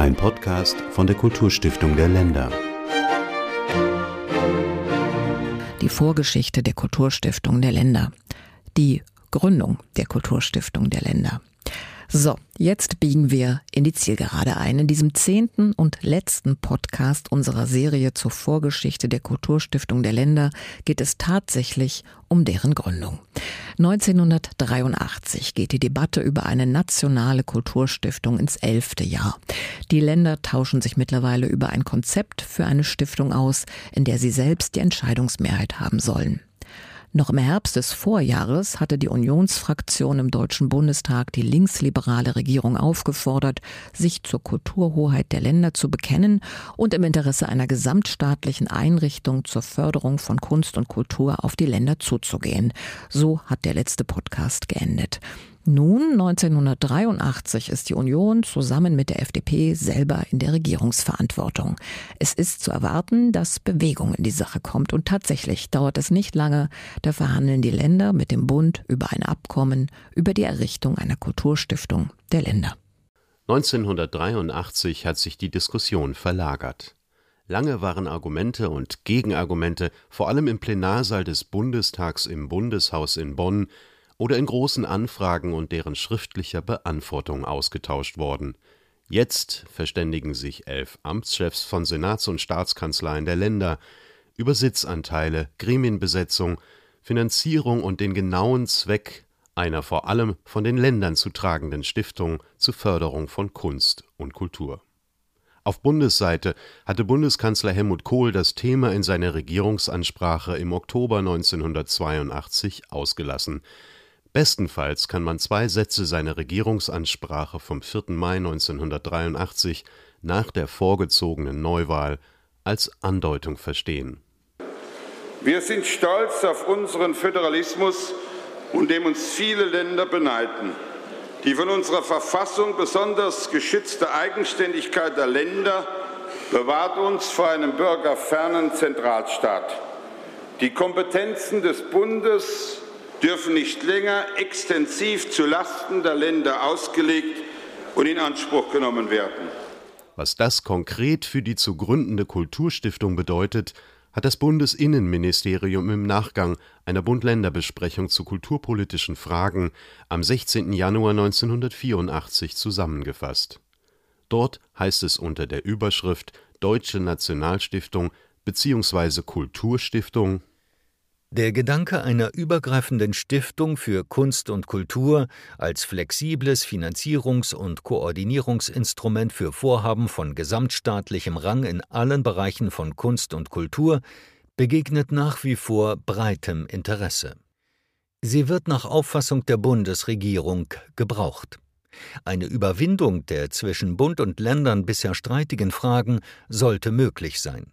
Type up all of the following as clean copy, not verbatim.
Ein Podcast von der Kulturstiftung der Länder. Die Vorgeschichte der Kulturstiftung der Länder. Die Gründung der Kulturstiftung der Länder. So, jetzt biegen wir in die Zielgerade ein. In diesem 10. und letzten Podcast unserer Serie zur Vorgeschichte der Kulturstiftung der Länder geht es tatsächlich um deren Gründung. 1983 geht die Debatte über eine nationale Kulturstiftung ins 11. Jahr. Die Länder tauschen sich mittlerweile über ein Konzept für eine Stiftung aus, in der sie selbst die Entscheidungsmehrheit haben sollen. Noch im Herbst des Vorjahres hatte die Unionsfraktion im Deutschen Bundestag die linksliberale Regierung aufgefordert, sich zur Kulturhoheit der Länder zu bekennen und im Interesse einer gesamtstaatlichen Einrichtung zur Förderung von Kunst und Kultur auf die Länder zuzugehen. So hat der letzte Podcast geendet. Nun, 1983, ist die Union zusammen mit der FDP selber in der Regierungsverantwortung. Es ist zu erwarten, dass Bewegung in die Sache kommt. Und tatsächlich dauert es nicht lange, da verhandeln die Länder mit dem Bund über ein Abkommen über die Errichtung einer Kulturstiftung der Länder. 1983 hat sich die Diskussion verlagert. Lange waren Argumente und Gegenargumente, vor allem im Plenarsaal des Bundestags im Bundeshaus in Bonn, oder in großen Anfragen und deren schriftlicher Beantwortung ausgetauscht worden. Jetzt verständigen sich 11 Amtschefs von Senats- und Staatskanzleien der Länder über Sitzanteile, Gremienbesetzung, Finanzierung und den genauen Zweck einer vor allem von den Ländern zu tragenden Stiftung zur Förderung von Kunst und Kultur. Auf Bundesseite hatte Bundeskanzler Helmut Kohl das Thema in seiner Regierungsansprache im Oktober 1982 ausgelassen. Bestenfalls kann man 2 Sätze seiner Regierungsansprache vom 4. Mai 1983 nach der vorgezogenen Neuwahl als Andeutung verstehen. Wir sind stolz auf unseren Föderalismus, um den uns viele Länder beneiden. Die von unserer Verfassung besonders geschützte Eigenständigkeit der Länder bewahrt uns vor einem bürgerfernen Zentralstaat. Die Kompetenzen des Bundes dürfen nicht länger extensiv zu Lasten der Länder ausgelegt und in Anspruch genommen werden. Was das konkret für die zu gründende Kulturstiftung bedeutet, hat das Bundesinnenministerium im Nachgang einer Bund-Länder-Besprechung zu kulturpolitischen Fragen am 16. Januar 1984 zusammengefasst. Dort heißt es unter der Überschrift Deutsche Nationalstiftung bzw. Kulturstiftung: Der Gedanke einer übergreifenden Stiftung für Kunst und Kultur als flexibles Finanzierungs- und Koordinierungsinstrument für Vorhaben von gesamtstaatlichem Rang in allen Bereichen von Kunst und Kultur begegnet nach wie vor breitem Interesse. Sie wird nach Auffassung der Bundesregierung gebraucht. Eine Überwindung der zwischen Bund und Ländern bisher streitigen Fragen sollte möglich sein.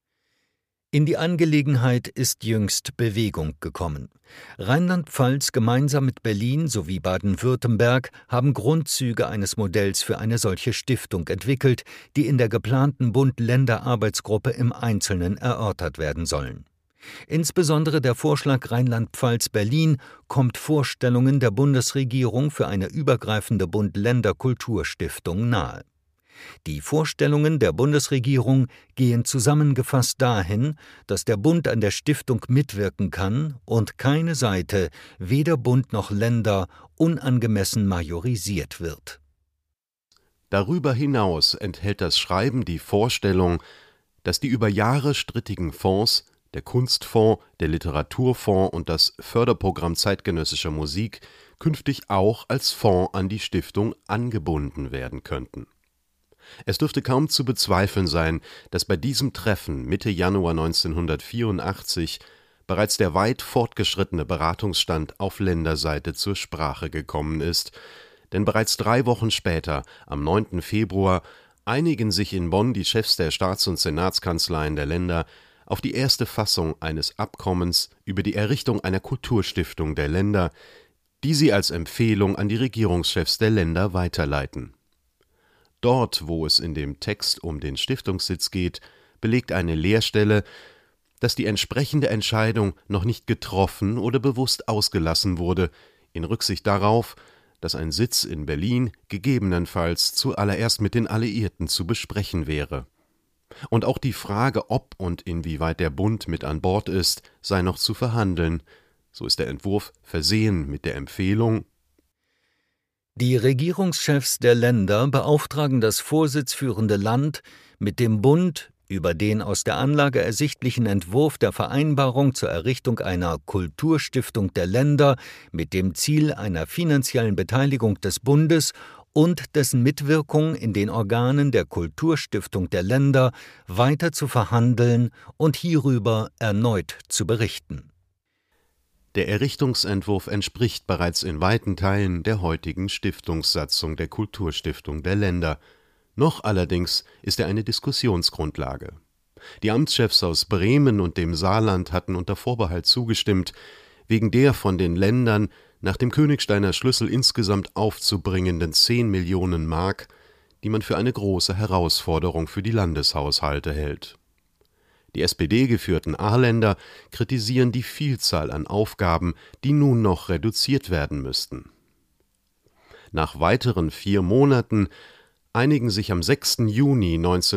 In die Angelegenheit ist jüngst Bewegung gekommen. Rheinland-Pfalz gemeinsam mit Berlin sowie Baden-Württemberg haben Grundzüge eines Modells für eine solche Stiftung entwickelt, die in der geplanten Bund-Länder-Arbeitsgruppe im Einzelnen erörtert werden sollen. Insbesondere der Vorschlag Rheinland-Pfalz-Berlin kommt Vorstellungen der Bundesregierung für eine übergreifende Bund-Länder-Kulturstiftung nahe. Die Vorstellungen der Bundesregierung gehen zusammengefasst dahin, dass der Bund an der Stiftung mitwirken kann und keine Seite, weder Bund noch Länder, unangemessen majorisiert wird. Darüber hinaus enthält das Schreiben die Vorstellung, dass die über Jahre strittigen Fonds, der Kunstfonds, der Literaturfonds und das Förderprogramm zeitgenössischer Musik, künftig auch als Fonds an die Stiftung angebunden werden könnten. Es dürfte kaum zu bezweifeln sein, dass bei diesem Treffen Mitte Januar 1984 bereits der weit fortgeschrittene Beratungsstand auf Länderseite zur Sprache gekommen ist, denn bereits 3 Wochen später, am 9. Februar, einigen sich in Bonn die Chefs der Staats- und Senatskanzleien der Länder auf die erste Fassung eines Abkommens über die Errichtung einer Kulturstiftung der Länder, die sie als Empfehlung an die Regierungschefs der Länder weiterleiten. Dort, wo es in dem Text um den Stiftungssitz geht, belegt eine Leerstelle, dass die entsprechende Entscheidung noch nicht getroffen oder bewusst ausgelassen wurde, in Rücksicht darauf, dass ein Sitz in Berlin gegebenenfalls zuallererst mit den Alliierten zu besprechen wäre. Und auch die Frage, ob und inwieweit der Bund mit an Bord ist, sei noch zu verhandeln. So ist der Entwurf versehen mit der Empfehlung: Die Regierungschefs der Länder beauftragen das vorsitzführende Land, mit dem Bund über den aus der Anlage ersichtlichen Entwurf der Vereinbarung zur Errichtung einer Kulturstiftung der Länder mit dem Ziel einer finanziellen Beteiligung des Bundes und dessen Mitwirkung in den Organen der Kulturstiftung der Länder weiter zu verhandeln und hierüber erneut zu berichten. Der Errichtungsentwurf entspricht bereits in weiten Teilen der heutigen Stiftungssatzung der Kulturstiftung der Länder. Noch allerdings ist er eine Diskussionsgrundlage. Die Amtschefs aus Bremen und dem Saarland hatten unter Vorbehalt zugestimmt, wegen der von den Ländern nach dem Königsteiner Schlüssel insgesamt aufzubringenden 10 Millionen Mark, die man für eine große Herausforderung für die Landeshaushalte hält. Die SPD-geführten A-Länder kritisieren die Vielzahl an Aufgaben, die nun noch reduziert werden müssten. Nach weiteren 4 Monaten einigen sich am 6. Juni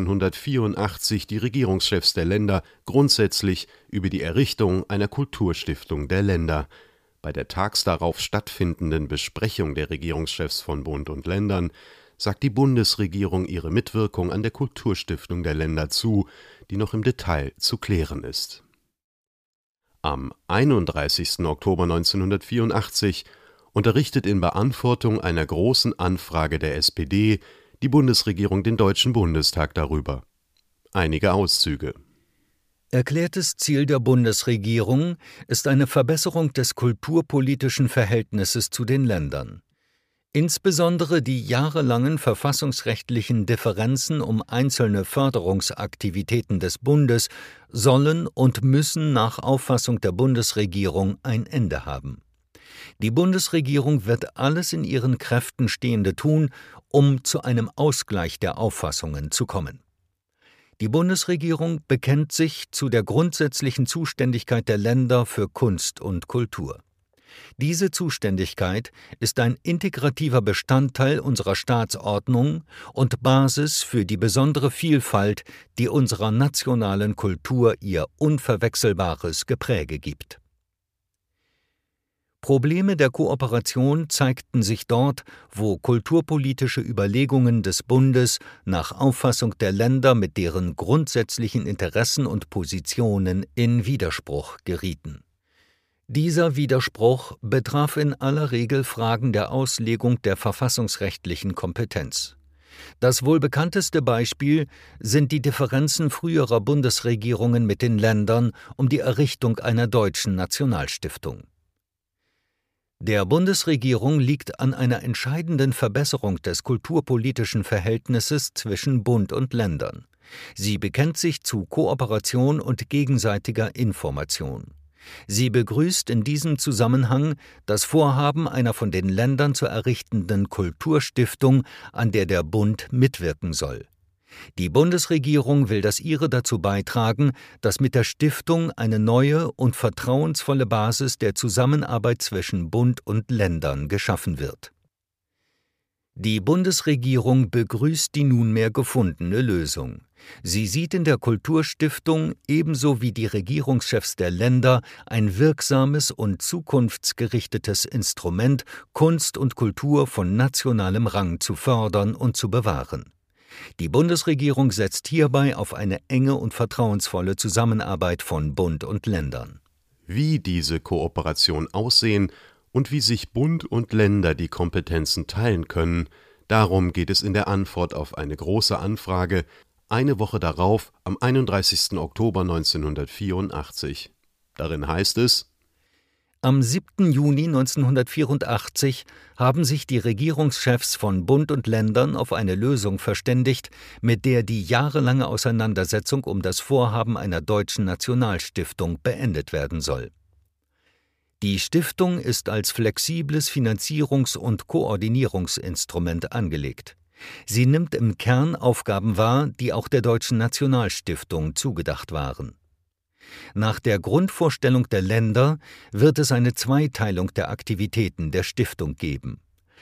1984 die Regierungschefs der Länder grundsätzlich über die Errichtung einer Kulturstiftung der Länder. Bei der tags darauf stattfindenden Besprechung der Regierungschefs von Bund und Ländern sagt die Bundesregierung ihre Mitwirkung an der Kulturstiftung der Länder zu, die noch im Detail zu klären ist. Am 31. Oktober 1984 unterrichtet in Beantwortung einer großen Anfrage der SPD die Bundesregierung den Deutschen Bundestag darüber. Einige Auszüge: Erklärtes Ziel der Bundesregierung ist eine Verbesserung des kulturpolitischen Verhältnisses zu den Ländern. Insbesondere die jahrelangen verfassungsrechtlichen Differenzen um einzelne Förderungsaktivitäten des Bundes sollen und müssen nach Auffassung der Bundesregierung ein Ende haben. Die Bundesregierung wird alles in ihren Kräften Stehende tun, um zu einem Ausgleich der Auffassungen zu kommen. Die Bundesregierung bekennt sich zu der grundsätzlichen Zuständigkeit der Länder für Kunst und Kultur. Diese Zuständigkeit ist ein integrativer Bestandteil unserer Staatsordnung und Basis für die besondere Vielfalt, die unserer nationalen Kultur ihr unverwechselbares Gepräge gibt. Probleme der Kooperation zeigten sich dort, wo kulturpolitische Überlegungen des Bundes nach Auffassung der Länder mit deren grundsätzlichen Interessen und Positionen in Widerspruch gerieten. Dieser Widerspruch betraf in aller Regel Fragen der Auslegung der verfassungsrechtlichen Kompetenz. Das wohl bekannteste Beispiel sind die Differenzen früherer Bundesregierungen mit den Ländern um die Errichtung einer deutschen Nationalstiftung. Der Bundesregierung liegt an einer entscheidenden Verbesserung des kulturpolitischen Verhältnisses zwischen Bund und Ländern. Sie bekennt sich zu Kooperation und gegenseitiger Information. Sie begrüßt in diesem Zusammenhang das Vorhaben einer von den Ländern zu errichtenden Kulturstiftung, an der der Bund mitwirken soll. Die Bundesregierung will das ihre dazu beitragen, dass mit der Stiftung eine neue und vertrauensvolle Basis der Zusammenarbeit zwischen Bund und Ländern geschaffen wird. Die Bundesregierung begrüßt die nunmehr gefundene Lösung. Sie sieht in der Kulturstiftung ebenso wie die Regierungschefs der Länder ein wirksames und zukunftsgerichtetes Instrument, Kunst und Kultur von nationalem Rang zu fördern und zu bewahren. Die Bundesregierung setzt hierbei auf eine enge und vertrauensvolle Zusammenarbeit von Bund und Ländern. Wie diese Kooperation aussehen und wie sich Bund und Länder die Kompetenzen teilen können, darum geht es in der Antwort auf eine große Anfrage, eine Woche darauf, am 31. Oktober 1984. Darin heißt es: Am 7. Juni 1984 haben sich die Regierungschefs von Bund und Ländern auf eine Lösung verständigt, mit der die jahrelange Auseinandersetzung um das Vorhaben einer deutschen Nationalstiftung beendet werden soll. Die Stiftung ist als flexibles Finanzierungs- und Koordinierungsinstrument angelegt. Sie nimmt im Kern Aufgaben wahr, die auch der Deutschen Nationalstiftung zugedacht waren. Nach der Grundvorstellung der Länder wird es eine Zweiteilung der Aktivitäten der Stiftung geben.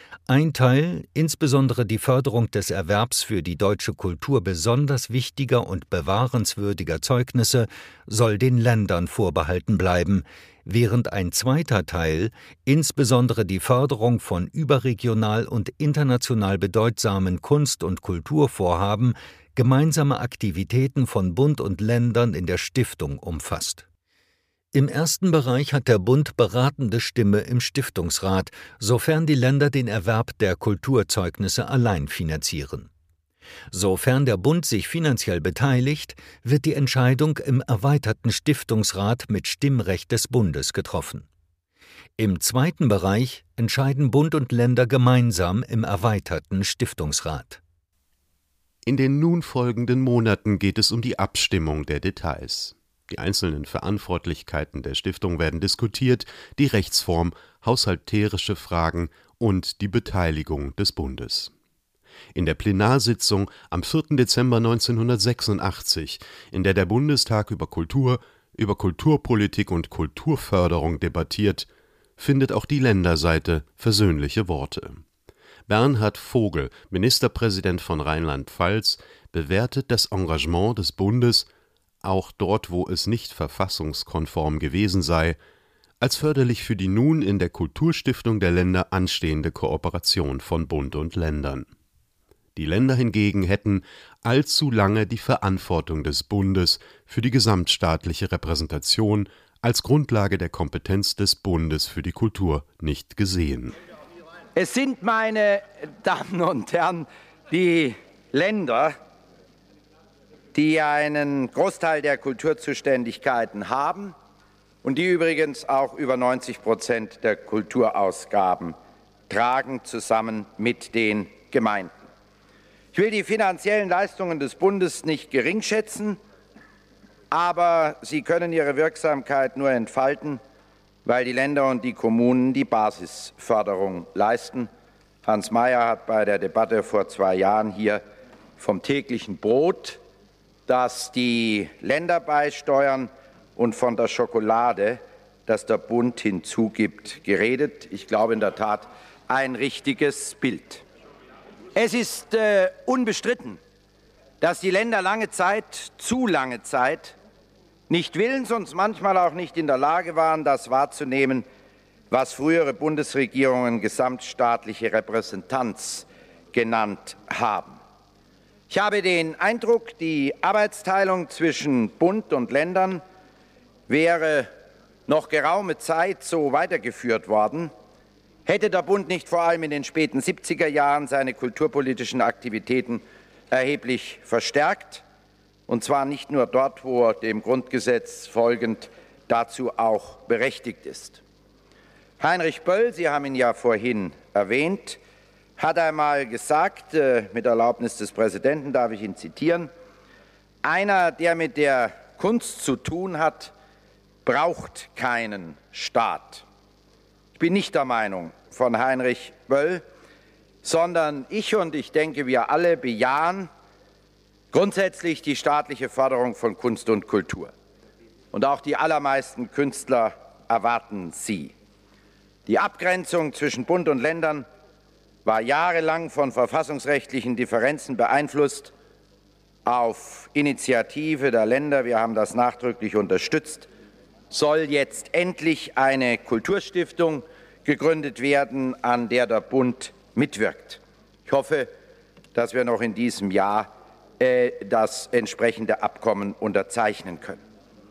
Ein Teil, insbesondere die Förderung des Erwerbs für die deutsche Kultur besonders wichtiger und bewahrenswürdiger Zeugnisse, soll den Ländern vorbehalten bleiben, während ein zweiter Teil, insbesondere die Förderung von überregional und international bedeutsamen Kunst- und Kulturvorhaben, gemeinsame Aktivitäten von Bund und Ländern in der Stiftung umfasst. Im ersten Bereich hat der Bund beratende Stimme im Stiftungsrat, sofern die Länder den Erwerb der Kulturzeugnisse allein finanzieren. Sofern der Bund sich finanziell beteiligt, wird die Entscheidung im erweiterten Stiftungsrat mit Stimmrecht des Bundes getroffen. Im zweiten Bereich entscheiden Bund und Länder gemeinsam im erweiterten Stiftungsrat. In den nun folgenden Monaten geht es um die Abstimmung der Details. Die einzelnen Verantwortlichkeiten der Stiftung werden diskutiert, die Rechtsform, haushalterische Fragen und die Beteiligung des Bundes. In der Plenarsitzung am 4. Dezember 1986, in der der Bundestag über Kultur, über Kulturpolitik und Kulturförderung debattiert, findet auch die Länderseite versöhnliche Worte. Bernhard Vogel, Ministerpräsident von Rheinland-Pfalz, bewertet das Engagement des Bundes, auch dort, wo es nicht verfassungskonform gewesen sei, als förderlich für die nun in der Kulturstiftung der Länder anstehende Kooperation von Bund und Ländern. Die Länder hingegen hätten allzu lange die Verantwortung des Bundes für die gesamtstaatliche Repräsentation als Grundlage der Kompetenz des Bundes für die Kultur nicht gesehen. Es sind, meine Damen und Herren, die Länder, die einen Großteil der Kulturzuständigkeiten haben und die übrigens auch über 90% der Kulturausgaben tragen, zusammen mit den Gemeinden. Ich will die finanziellen Leistungen des Bundes nicht geringschätzen, aber sie können ihre Wirksamkeit nur entfalten, weil die Länder und die Kommunen die Basisförderung leisten. Hans Mayer hat bei der Debatte vor 2 Jahren hier vom täglichen Brot, das die Länder beisteuern, und von der Schokolade, das der Bund hinzugibt, geredet. Ich glaube in der Tat ein richtiges Bild. Es ist unbestritten, dass die Länder lange Zeit, zu lange Zeit, nicht willens und manchmal auch nicht in der Lage waren, das wahrzunehmen, was frühere Bundesregierungen gesamtstaatliche Repräsentanz genannt haben. Ich habe den Eindruck, die Arbeitsteilung zwischen Bund und Ländern wäre noch geraume Zeit so weitergeführt worden, hätte der Bund nicht vor allem in den späten 70er Jahren seine kulturpolitischen Aktivitäten erheblich verstärkt, und zwar nicht nur dort, wo er dem Grundgesetz folgend dazu auch berechtigt ist. Heinrich Böll, Sie haben ihn ja vorhin erwähnt, hat einmal gesagt, mit Erlaubnis des Präsidenten darf ich ihn zitieren: Einer, der mit der Kunst zu tun hat, braucht keinen Staat. Ich bin nicht der Meinung von Heinrich Böll, sondern ich und ich denke, wir alle bejahen grundsätzlich die staatliche Förderung von Kunst und Kultur. Und auch die allermeisten Künstler erwarten sie. Die Abgrenzung zwischen Bund und Ländern war jahrelang von verfassungsrechtlichen Differenzen beeinflusst. Auf Initiative der Länder, wir haben das nachdrücklich unterstützt, soll jetzt endlich eine Kulturstiftung gegründet werden, an der der Bund mitwirkt. Ich hoffe, dass wir noch in diesem Jahr das entsprechende Abkommen unterzeichnen können.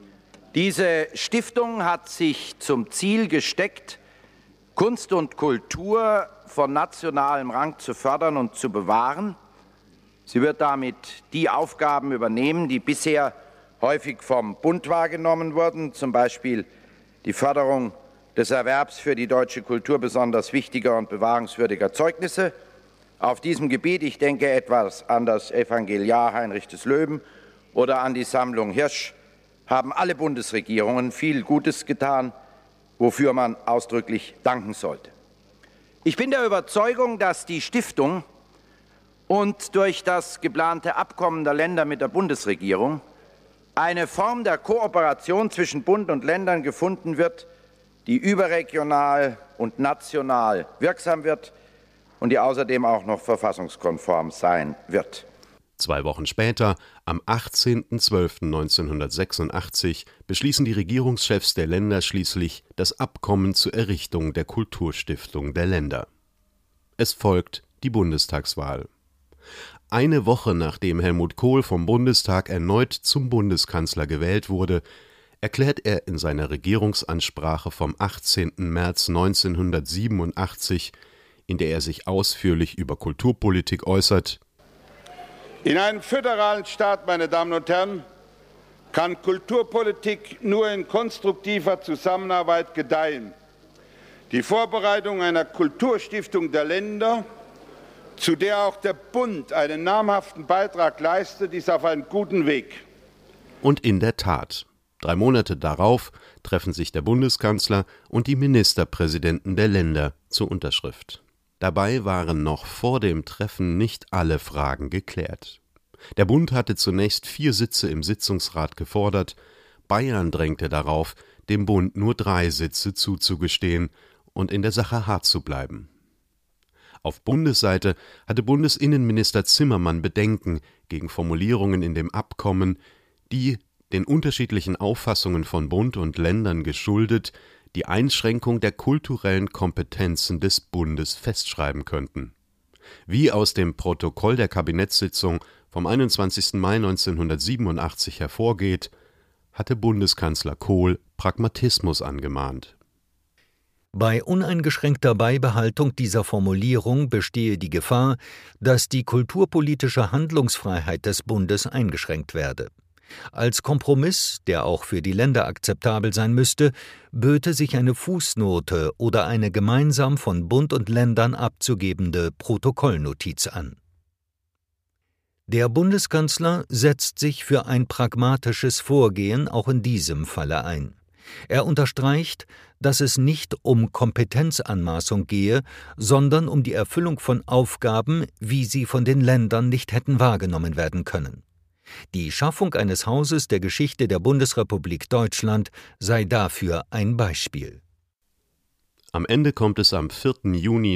Diese Stiftung hat sich zum Ziel gesteckt, Kunst und Kultur von nationalem Rang zu fördern und zu bewahren. Sie wird damit die Aufgaben übernehmen, die bisher häufig vom Bund wahrgenommen wurden, zum Beispiel die Förderung des Erwerbs für die deutsche Kultur besonders wichtiger und bewahrungswürdiger Zeugnisse. Auf diesem Gebiet, ich denke etwas an das Evangeliar Heinrich des Löwen oder an die Sammlung Hirsch, haben alle Bundesregierungen viel Gutes getan, wofür man ausdrücklich danken sollte. Ich bin der Überzeugung, dass die Stiftung und durch das geplante Abkommen der Länder mit der Bundesregierung eine Form der Kooperation zwischen Bund und Ländern gefunden wird, die überregional und national wirksam wird, und die außerdem auch noch verfassungskonform sein wird. 2 Wochen später, am 18.12.1986, beschließen die Regierungschefs der Länder schließlich das Abkommen zur Errichtung der Kulturstiftung der Länder. Es folgt die Bundestagswahl. Eine Woche nachdem Helmut Kohl vom Bundestag erneut zum Bundeskanzler gewählt wurde, erklärt er in seiner Regierungsansprache vom 18. März 1987, in der er sich ausführlich über Kulturpolitik äußert: In einem föderalen Staat, meine Damen und Herren, kann Kulturpolitik nur in konstruktiver Zusammenarbeit gedeihen. Die Vorbereitung einer Kulturstiftung der Länder, zu der auch der Bund einen namhaften Beitrag leistet, ist auf einem guten Weg. Und in der Tat, 3 Monate darauf treffen sich der Bundeskanzler und die Ministerpräsidenten der Länder zur Unterschrift. Dabei waren noch vor dem Treffen nicht alle Fragen geklärt. Der Bund hatte zunächst 4 Sitze im Sitzungsrat gefordert. Bayern drängte darauf, dem Bund nur 3 Sitze zuzugestehen und in der Sache hart zu bleiben. Auf Bundesseite hatte Bundesinnenminister Zimmermann Bedenken gegen Formulierungen in dem Abkommen, die, den unterschiedlichen Auffassungen von Bund und Ländern geschuldet, die Einschränkung der kulturellen Kompetenzen des Bundes festschreiben könnten. Wie aus dem Protokoll der Kabinettssitzung vom 21. Mai 1987 hervorgeht, hatte Bundeskanzler Kohl Pragmatismus angemahnt. Bei uneingeschränkter Beibehaltung dieser Formulierung bestehe die Gefahr, dass die kulturpolitische Handlungsfreiheit des Bundes eingeschränkt werde. Als Kompromiss, der auch für die Länder akzeptabel sein müsste, böte sich eine Fußnote oder eine gemeinsam von Bund und Ländern abzugebende Protokollnotiz an. Der Bundeskanzler setzt sich für ein pragmatisches Vorgehen auch in diesem Falle ein. Er unterstreicht, dass es nicht um Kompetenzanmaßung gehe, sondern um die Erfüllung von Aufgaben, wie sie von den Ländern nicht hätten wahrgenommen werden können. Die Schaffung eines Hauses der Geschichte der Bundesrepublik Deutschland sei dafür ein Beispiel. Am Ende kommt es am 4. Juni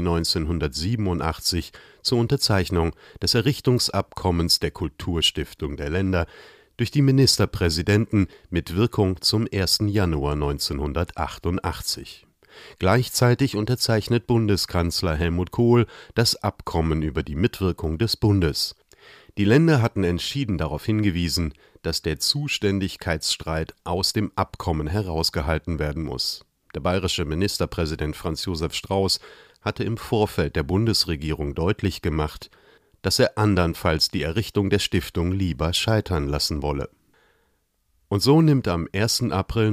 1987 zur Unterzeichnung des Errichtungsabkommens der Kulturstiftung der Länder durch die Ministerpräsidenten mit Wirkung zum 1. Januar 1988. Gleichzeitig unterzeichnet Bundeskanzler Helmut Kohl das Abkommen über die Mitwirkung des Bundes. Die Länder hatten entschieden darauf hingewiesen, dass der Zuständigkeitsstreit aus dem Abkommen herausgehalten werden muss. Der bayerische Ministerpräsident Franz Josef Strauß hatte im Vorfeld der Bundesregierung deutlich gemacht, dass er andernfalls die Errichtung der Stiftung lieber scheitern lassen wolle. Und so nimmt am 1. April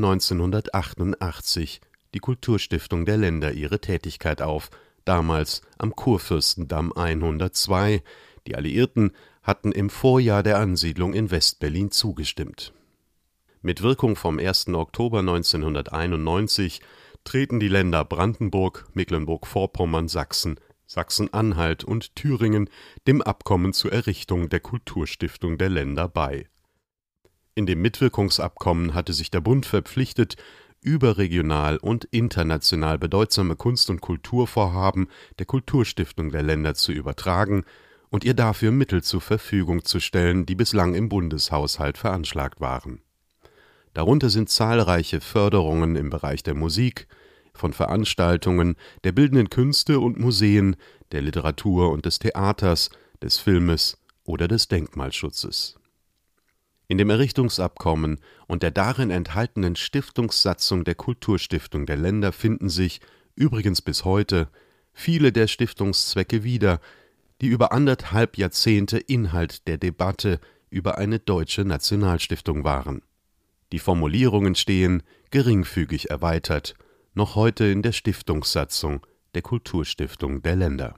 1988 die Kulturstiftung der Länder ihre Tätigkeit auf, damals am Kurfürstendamm 102. Die Alliierten hatten im Vorjahr der Ansiedlung in West-Berlin zugestimmt. Mit Wirkung vom 1. Oktober 1991 treten die Länder Brandenburg, Mecklenburg-Vorpommern, Sachsen, Sachsen-Anhalt und Thüringen dem Abkommen zur Errichtung der Kulturstiftung der Länder bei. In dem Mitwirkungsabkommen hatte sich der Bund verpflichtet, überregional und international bedeutsame Kunst- und Kulturvorhaben der Kulturstiftung der Länder zu übertragen und ihr dafür Mittel zur Verfügung zu stellen, die bislang im Bundeshaushalt veranschlagt waren. Darunter sind zahlreiche Förderungen im Bereich der Musik, von Veranstaltungen, der bildenden Künste und Museen, der Literatur und des Theaters, des Filmes oder des Denkmalschutzes. In dem Errichtungsabkommen und der darin enthaltenen Stiftungssatzung der Kulturstiftung der Länder finden sich, übrigens bis heute, viele der Stiftungszwecke wieder, die über 1,5 Jahrzehnte Inhalt der Debatte über eine deutsche Nationalstiftung waren. Die Formulierungen stehen, geringfügig erweitert, noch heute in der Stiftungssatzung der Kulturstiftung der Länder.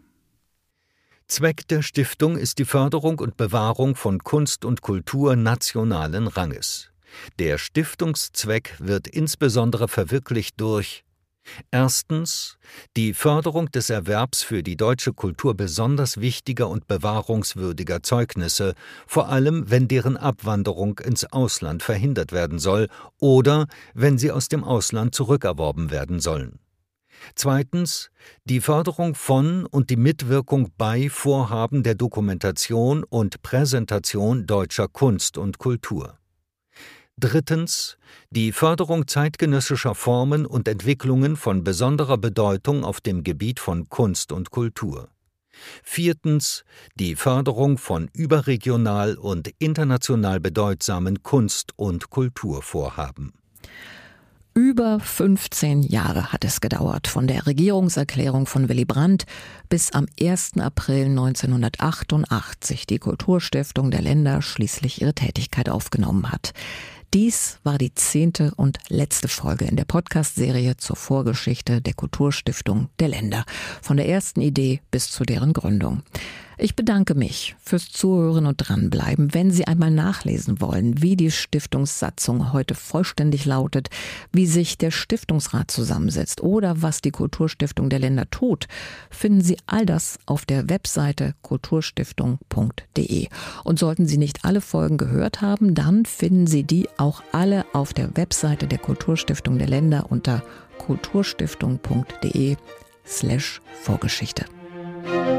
Zweck der Stiftung ist die Förderung und Bewahrung von Kunst und Kultur nationalen Ranges. Der Stiftungszweck wird insbesondere verwirklicht durch: Erstens die Förderung des Erwerbs für die deutsche Kultur besonders wichtiger und bewahrungswürdiger Zeugnisse, vor allem wenn deren Abwanderung ins Ausland verhindert werden soll oder wenn sie aus dem Ausland zurückerworben werden sollen. Zweitens, die Förderung von und die Mitwirkung bei Vorhaben der Dokumentation und Präsentation deutscher Kunst und Kultur. Drittens, die Förderung zeitgenössischer Formen und Entwicklungen von besonderer Bedeutung auf dem Gebiet von Kunst und Kultur. Viertens, die Förderung von überregional und international bedeutsamen Kunst- und Kulturvorhaben. Über 15 Jahre hat es gedauert, von der Regierungserklärung von Willy Brandt bis am 1. April 1988 die Kulturstiftung der Länder schließlich ihre Tätigkeit aufgenommen hat. Dies war die 10. und letzte Folge in der Podcast-Serie zur Vorgeschichte der Kulturstiftung der Länder, von der ersten Idee bis zu deren Gründung. Ich bedanke mich fürs Zuhören und Dranbleiben. Wenn Sie einmal nachlesen wollen, wie die Stiftungssatzung heute vollständig lautet, wie sich der Stiftungsrat zusammensetzt oder was die Kulturstiftung der Länder tut, finden Sie all das auf der Webseite kulturstiftung.de. Und sollten Sie nicht alle Folgen gehört haben, dann finden Sie die auch alle auf der Webseite der Kulturstiftung der Länder unter kulturstiftung.de/Vorgeschichte.